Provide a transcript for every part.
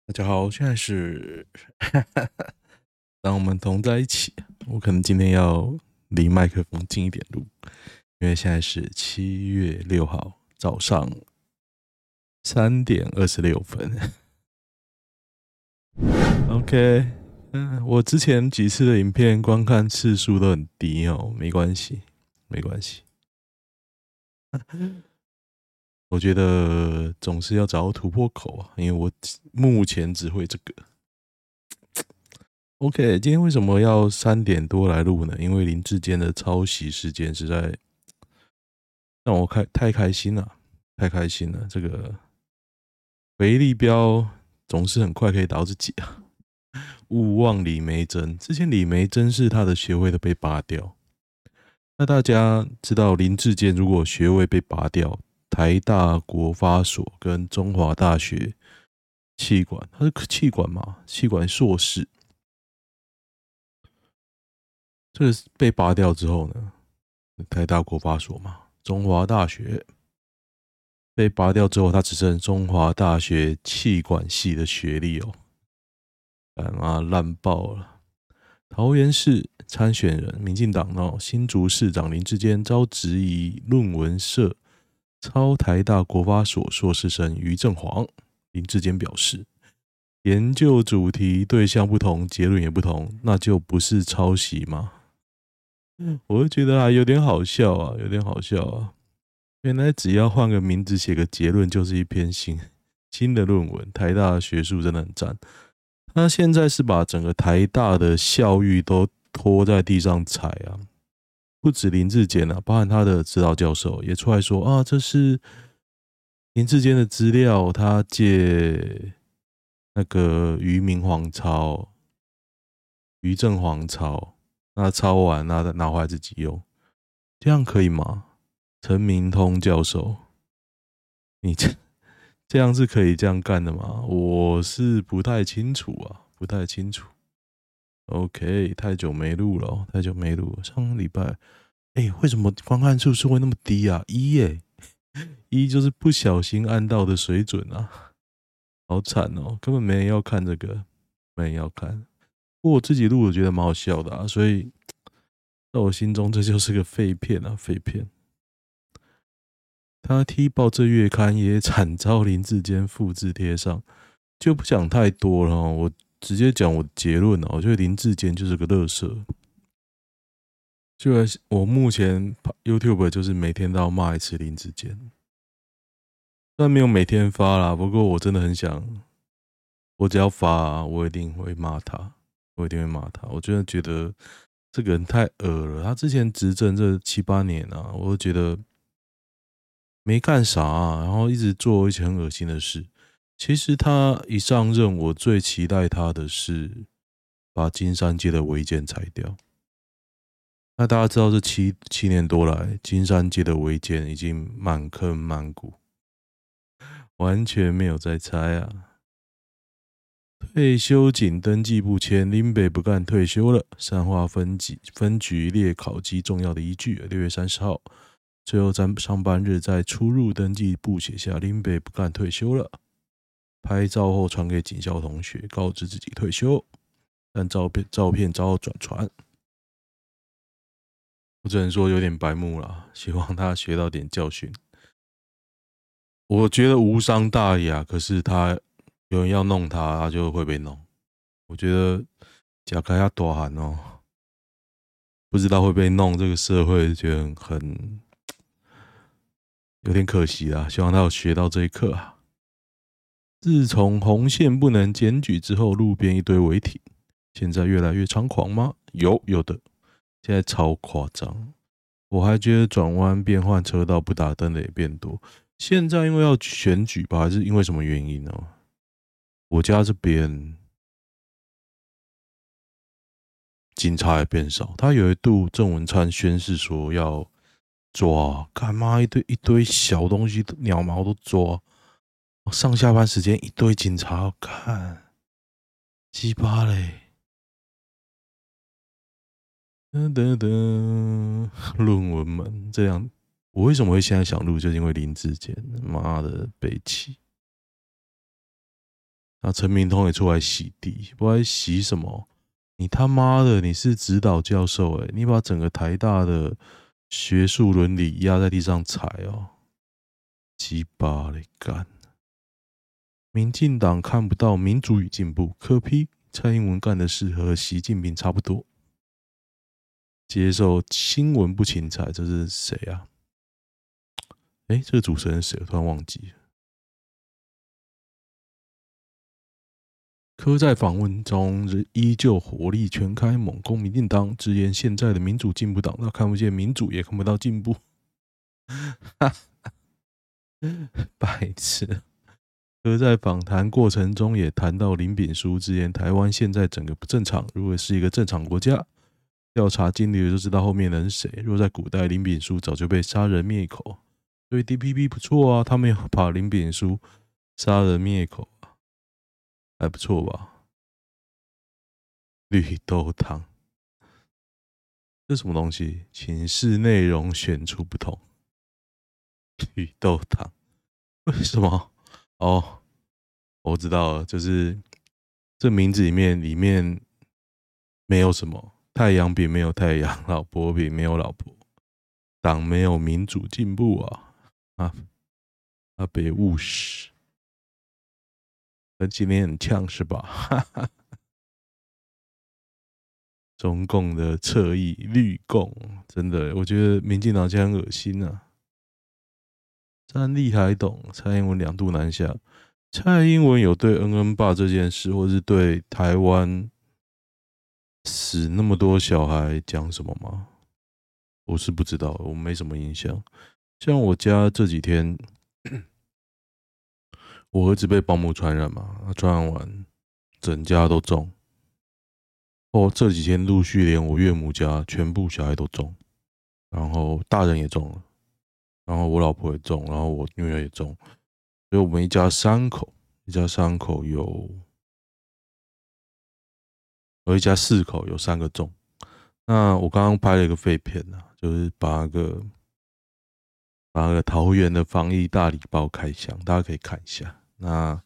大家好，现在是让我们同在一起。我可能今天要离麦克风近一点录，因为现在是7月6号早上3点26分。OK，我之前几次的影片观看次数都很低哦，没关系，没关系。我觉得总是要找到突破口啊，因为我目前只会这个。OK，今天为什么要3点多来录呢？因为林志坚的抄袭事件实在让我太开心了，太开心了。这个回力标总是很快可以打到自己啊！勿忘李梅珍，之前李梅珍是他的学位都被拔掉。那大家知道林志坚如果学位被拔掉，台大国发所跟中华大学气管，他是气管嘛？气管硕士，这个被拔掉之后呢，台大国发所嘛，中华大学被拔掉之后，他只剩中华大学气管系的学历哦，烂爆了！桃园市参选人，民进党新竹市长林志坚遭质疑论文社抄台大国发所硕士生于正煌。林志坚表示，研究主题对象不同，结论也不同，那就不是抄袭吗？我就觉得有点好笑啊，有点好笑啊。原来只要换个名字，写个结论，就是一篇新的论文。台大的学术真的很赞。那现在是把整个台大的校誉都拖在地上踩啊！不止林志坚啊，包含他的指导教授也出来说啊，这是林志坚的资料，他借那个俞明煌抄，俞正煌抄，那抄完拿回来自己用，这样可以吗？陈明通教授，你这样是可以这样干的吗？我是不太清楚啊，不太清楚。OK，太久没录了哦，太久没录了。上个礼拜，为什么观看数是会那么低啊？一就是不小心按到的水准啊，好惨哦，根本没人要看这个，没人要看。不过我自己录，我觉得蛮好笑的啊，所以在我心中这就是个废片啊，废片。他踢爆这月刊也惨遭林志坚复制贴上，就不讲太多了哦，我直接讲我的结论哦，我觉得林志坚就是个垃圾。就我目前 YouTube 就是每天都要骂一次林志坚，虽然没有每天发啦，不过我真的很想，我只要发我一定会骂他，我一定会骂他。我真的觉得这个人太恶了，他之前执政这7、8年啊，我都觉得没干啥然后一直做一些很恶心的事。其实他一上任，我最期待他的是把金山街的违建拆掉。那大家知道这七年多来，金山街的违建已经满坑满谷，完全没有在拆啊。退休警登记不签，林北不干退休了。善化分局列考绩重要的依据。6月30号，最后上班日在出入登记簿写下林北不干退休了。拍照后传给警校同学，告知自己退休，但照片遭到转传。我只能说有点白目了，希望他学到点教训。我觉得无伤大雅，可是有人要弄他，他就会被弄。我觉得假开他多寒哦，不知道会被弄，这个社会觉得很有点可惜啦。希望他有学到这一课啊。自从红线不能检举之后，路边一堆违停，现在越来越猖狂吗？有的，现在超夸张。我还觉得转弯变换车道不打灯的也变多。现在因为要选举吧，还是因为什么原因呢？我家这边警察也变少，他有一度郑文灿宣誓说要抓，干嘛一堆小东西鸟毛都抓，上下班时间一堆警察要看，鸡巴嘞！噔噔噔，论文们这样，我为什么会现在想录，就是因为林志坚，妈的悲戚。 那陈明通也出来洗地，不知道洗什么？你他妈的，你是指导教授你把整个台大的学术伦理压在地上踩哦，鸡巴嘞干！民进党看不到民主与进步，可批蔡英文干的事和习近平差不多。接受新闻不请彩，这是谁啊？这个主持人是谁？我突然忘记了。柯在访问中依旧火力全开，猛攻民进党，直言现在的民主进步党，他看不见民主，也看不到进步。白痴。柯在访谈过程中也谈到林炳书，直言台湾现在整个不正常，如果是一个正常国家，调查经历就知道后面人是谁。若在古代，林炳书早就被杀人灭口，所以 DPP 不错啊，他们有把林炳书杀人灭口，还不错吧？绿豆汤，这什么东西？请示内容选出不同。绿豆汤，为什么？哦，我知道了，就是这名字里面没有什么太阳饼，没有太阳，老婆饼没有老婆，党没有民主进步啊，别务实，跟今天很呛是吧？哈哈。中共的侧翼绿共，真的，我觉得民进党这样很恶心啊！战力还懂，蔡英文2度南下，蔡英文有对恩恩爸这件事，或是对台湾死那么多小孩讲什么吗？我是不知道，我没什么印象。像我家这几天，我儿子被保姆传染嘛，传染完整家都中。这几天陆续连我岳母家全部小孩都中，然后大人也中了，然后我老婆也中，然后我女儿也中，所以我们一家3口，一家4口有3个中。那我刚刚拍了一个废片就是把那个桃园的防疫大礼包开箱，大家可以看一下。那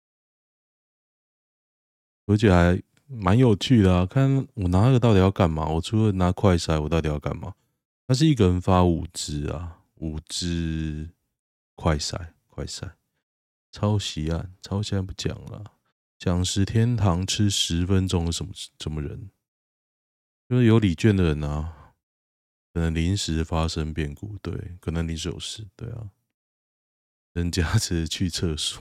而且还蛮有趣的啊！看我拿那个到底要干嘛？我除了拿快筛，我到底要干嘛？他是一个人发5支5支快筛，抄袭案不讲了。讲食天堂吃10分钟是什么人？就是有礼券的人可能临时发生变故，对，可能临时有事，对啊，人家只是去厕所。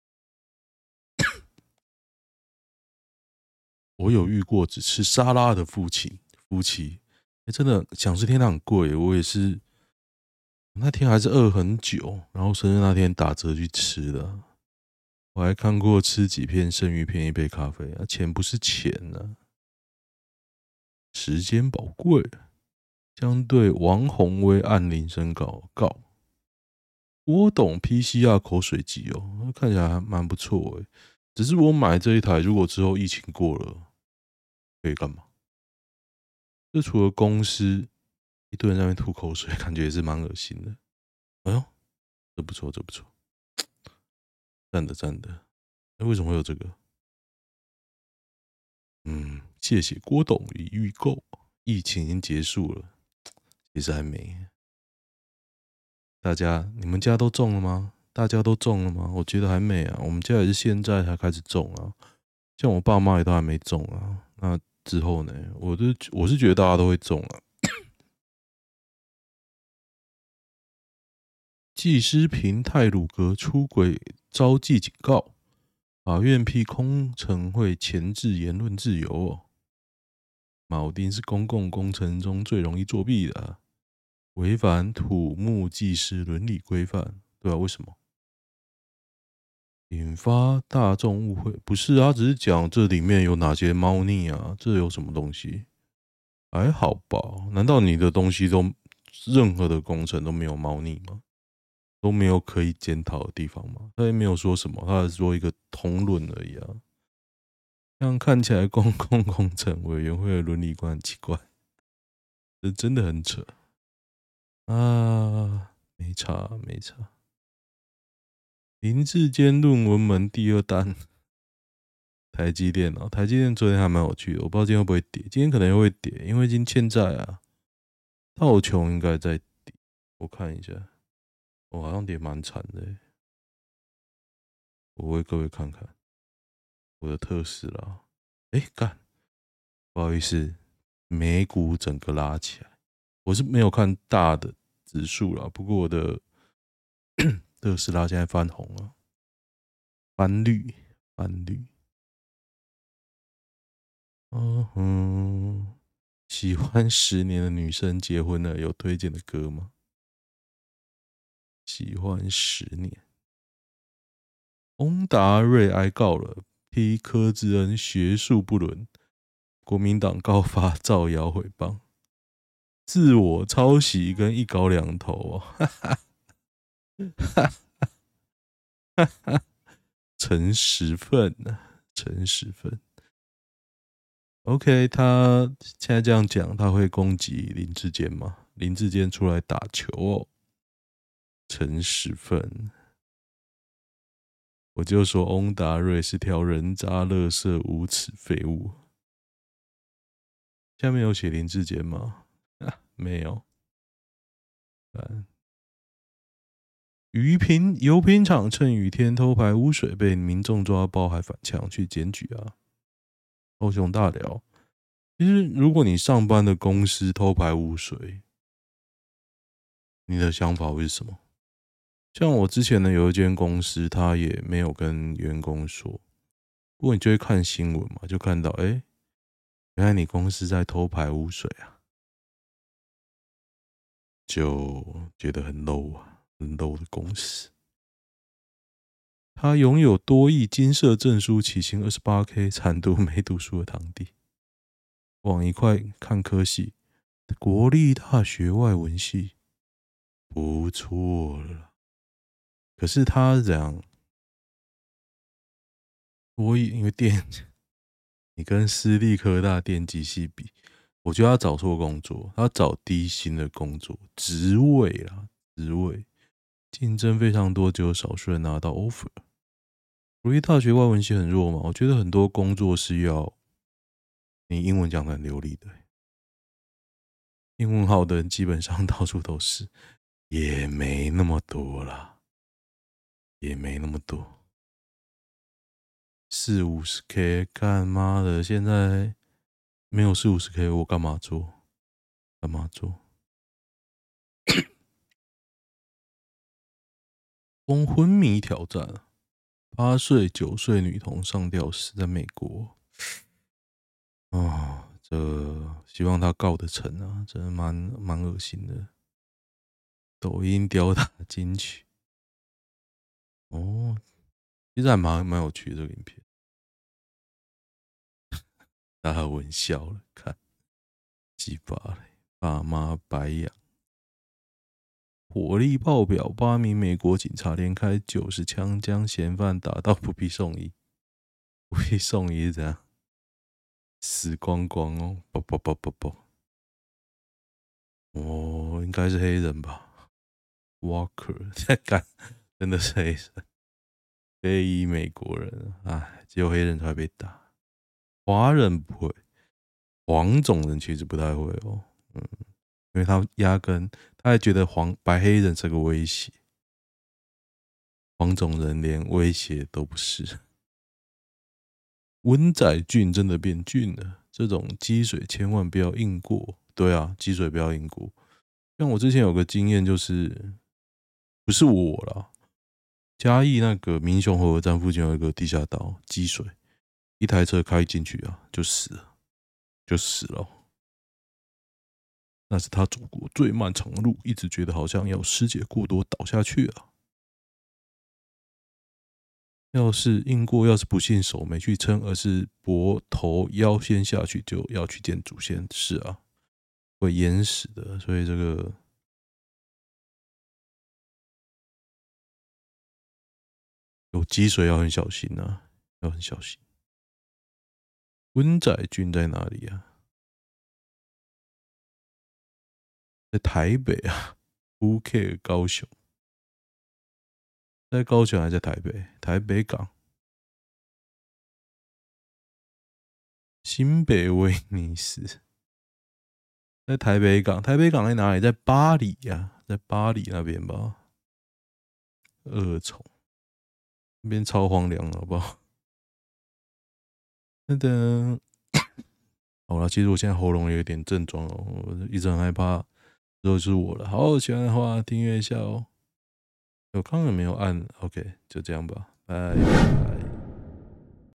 我有遇过只吃沙拉的夫妻，真的想吃天堂很贵，我也是那天还是饿很久，然后生日那天打折去吃的。我还看过吃几片生鱼片1杯咖啡钱不是钱时间宝贵。将对王宏威按铃声告。我懂 PCR 口水机看起来还蛮不错只是我买这一台，如果之后疫情过了，可以干嘛？这除了公司一堆人在那边吐口水，感觉也是蛮恶心的。哎呦，这不错，赞的。为什么会有这个？谢谢郭董已预购，疫情已经结束了，其实还没。你们家都中了吗？大家都中了吗？我觉得还没我们家也是现在才开始中像我爸妈也都还没中那之后呢？我是觉得大家都会中技师平太鲁阁出轨遭记警告，法院批工程会钳制言论自由铆钉是公共工程中最容易作弊的违反土木技师伦理规范，对为什么？引发大众误会？不是只是讲这里面有哪些猫腻这有什么东西？还好吧？难道你的东西任何的工程都没有猫腻吗？都没有可以检讨的地方吗？他也没有说什么，他只说一个通论而已这样看起来公共工程委员会的伦理观很奇怪，这真的很扯没差。林志坚论文门第2弹， 台积电哦，台积电昨天还蛮有趣的，我不知道今天会不会跌，今天可能又会跌，因为已经欠债啊。道琼应该在跌，我看一下，我好像跌蛮惨的欸。我为各位看看我的特斯拉，干，不好意思，美股整个拉起来，我是没有看大的指数啦，不过我的特斯拉现在翻红了，翻绿，翻绿。嗯哼，喜欢10年的女生结婚了，有推荐的歌吗？喜欢10年。翁达瑞哀告了，批柯志恩学术不伦，国民党告发造谣诽谤，自我抄袭跟一高两头哦，陈时奋呢？陈时奋，OK，他现在这样讲，他会攻击林志坚吗？林志坚出来打球哦，陈时奋。我就说翁达瑞是条人渣、垃圾、无耻废物。下面有写林志坚吗？没有。油品厂趁雨天偷排污水，被民众抓包，还反呛去检举啊。高雄大寮，其实如果你上班的公司偷排污水，你的想法会是什么？像我之前呢，有一间公司，他也没有跟员工说，不过你就会看新闻嘛，就看到原来你公司在偷排污水啊，就觉得很 low 啊，很 low 的公司。他拥有多亿金色证书，起薪28K，惨读没读书的堂弟。往一块看科系，国立大学外文系不错了。可是他怎样？因为你跟私立科大电机系比，我觉得他找错工作，他找低薪的工作，职位啦，职位竞争非常多，只有少数人拿到 offer。国立大学外文系很弱嘛？我觉得很多工作是要你英文讲得很流利的，英文好的人基本上到处都是，也没那么多啦，也没那么多。40-50K，干妈的，现在没有40-50K，我干嘛做？干嘛做？封昏迷挑战，8岁、9岁女童上吊死在美国。这希望他告得成啊，真的蛮恶心的。抖音吊打金曲，哦，其实还蛮有趣的这个影片，大家闻笑了，看鸡巴嘞，爸妈白养。火力爆表，8名美国警察连开90枪，将嫌犯打到不必送医。不必送医是怎样？死光光哦！不不不不不，应该是黑人吧？Walker 在干，真的是黑人，非裔美国人，只有黑人才会被打，华人不会，黄种人其实不太会哦，因为他压根他还觉得白黑人是个威胁，黄种人连威胁都不是。温仔菌真的变菌了，这种积水千万不要硬过。对啊，积水不要硬过。像我之前有个经验，就是不是我啦，嘉义那个民雄火车站附近有一个地下道，积水，一台车开进去啊，就死了，就死了。那是他走过最漫长的路，一直觉得好像要尸解过多倒下去了。要是硬过，要是不幸手没去撑，而是脖头腰先下去，就要去见祖先。是啊，会淹死的，所以这个有积水要很小心啊，要很小心。温仔郡在哪里啊？在台北啊，Who care 高雄？在高雄还是在台北？台北港。 新北威尼斯在台北港，台北港在哪里？在巴黎呀、在巴黎那边吧。二重那边超荒凉了，好不好？噔噔，好了，其实我现在喉咙有点症状哦，我一直很害怕，之后是我了。好，喜欢的话订阅一下哦。我刚刚有没有按 ？OK，就这样吧，拜拜。